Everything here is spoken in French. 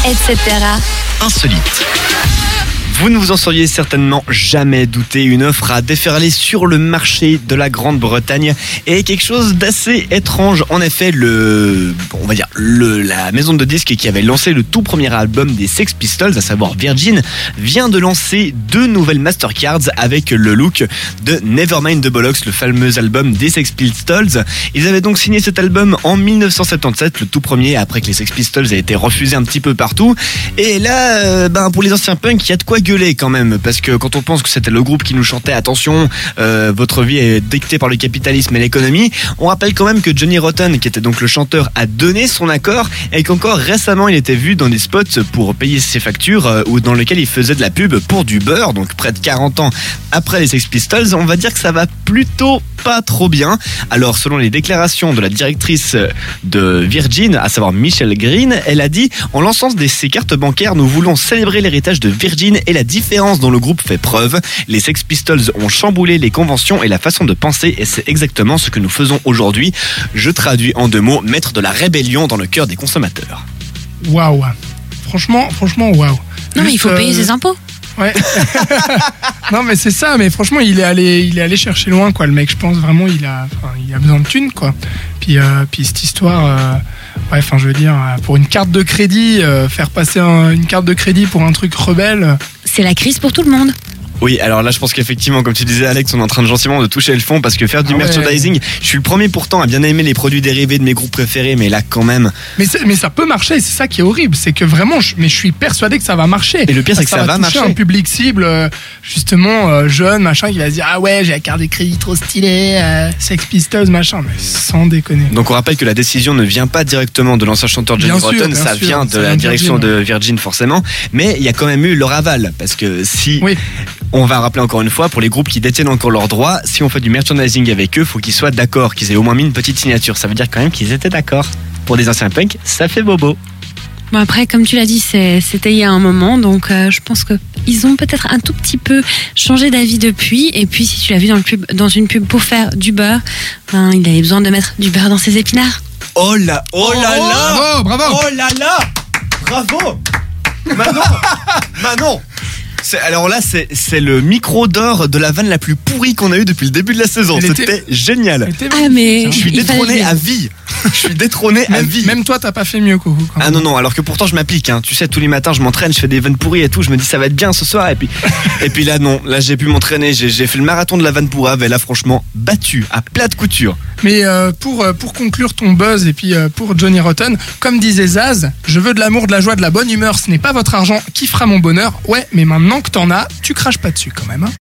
etc. Insolite. Vous ne vous en seriez certainement jamais douté, une offre a déferlé sur le marché de la Grande-Bretagne et quelque chose d'assez étrange. En effet, la maison de disques qui avait lancé le tout premier album des Sex Pistols, à savoir Virgin, vient de lancer 2 nouvelles Mastercards avec le look de Nevermind the Bollocks, le fameux album des Sex Pistols. Ils avaient donc signé cet album en 1977, le tout premier, après que les Sex Pistols aient été refusés un petit peu partout. Et là, pour les anciens punks, il y a de quoi gueuler quand même, parce que quand on pense que c'était le groupe qui nous chantait attention, votre vie est dictée par le capitalisme et l'économie, on rappelle quand même que Johnny Rotten, qui était donc le chanteur, a donné son accord et qu'encore récemment il était vu dans des spots pour payer ses factures ou dans lesquels il faisait de la pub pour du beurre. Donc près de 40 ans après les Sex Pistols, on va dire que ça va plutôt pas trop bien. Alors selon les déclarations de la directrice de Virgin, à savoir Michelle Green, elle a dit: en lançant ces cartes bancaires, nous voulons célébrer l'héritage de Virgin et la différence dont le groupe fait preuve. Les Sex Pistols ont chamboulé les conventions et la façon de penser, et c'est exactement ce que nous faisons aujourd'hui. Je traduis en 2 mots: mettre de la rébellion dans le cœur des consommateurs. Waouh. Franchement, waouh. Non, mais il faut payer ses impôts. Ouais. Non, mais c'est ça. Mais franchement, il est allé chercher loin, quoi. Le mec, je pense vraiment, il a besoin de thunes, quoi. Puis cette histoire, je veux dire, pour une carte de crédit, faire passer une carte de crédit pour un truc rebelle. C'est la crise pour tout le monde. Oui, alors là je pense qu'effectivement, comme tu disais Alex, on est en train de gentiment de toucher le fond, parce que faire du merchandising, je suis le premier pourtant à bien aimer les produits dérivés de mes groupes préférés, mais là quand même... Mais ça peut marcher, c'est ça qui est horrible, c'est que vraiment, je suis persuadé que ça va marcher. Et le pire c'est que ça va marcher. Un public cible, justement, jeune, machin, qui va se dire: ah ouais, j'ai la carte de crédit trop stylée, Sex Pistols, machin, mais sans déconner. Donc on rappelle que la décision ne vient pas directement de l'ancien chanteur Johnny Rotten, ça vient de la direction de Virgin forcément, mais il y a quand même eu leur aval, parce que si... Oui. On va rappeler encore une fois, pour les groupes qui détiennent encore leurs droits, si on fait du merchandising avec eux, faut qu'ils soient d'accord, qu'ils aient au moins mis une petite signature. Ça veut dire quand même qu'ils étaient d'accord. Pour des anciens punks, ça fait bobo. Bon, après, comme tu l'as dit, c'était il y a un moment, donc je pense qu'ils ont peut-être un tout petit peu changé d'avis depuis. Et puis, si tu l'as vu dans une pub pour faire du beurre, il avait besoin de mettre du beurre dans ses épinards. Oh là là, bravo. Oh là là, bravo. Manon. Alors là, c'est le micro d'or de la vanne la plus pourrie qu'on a eue depuis le début de la saison. C'était génial. Mais je suis détrôné à vie. Même toi, t'as pas fait mieux, Coco. Ah non, alors que pourtant je m'applique. Tu sais, tous les matins, je m'entraîne, je fais des vannes pourries et tout. Je me dis ça va être bien ce soir. Et puis là, non. Là, j'ai pu m'entraîner. J'ai fait le marathon de la vanne pourrave. Et là, franchement, battu à plat de couture. Mais pour conclure ton buzz et puis pour Johnny Rotten, comme disait Zaz, je veux de l'amour, de la joie, de la bonne humeur. Ce n'est pas votre argent qui fera mon bonheur. Ouais, mais maintenant que t'en as, tu craches pas dessus quand même.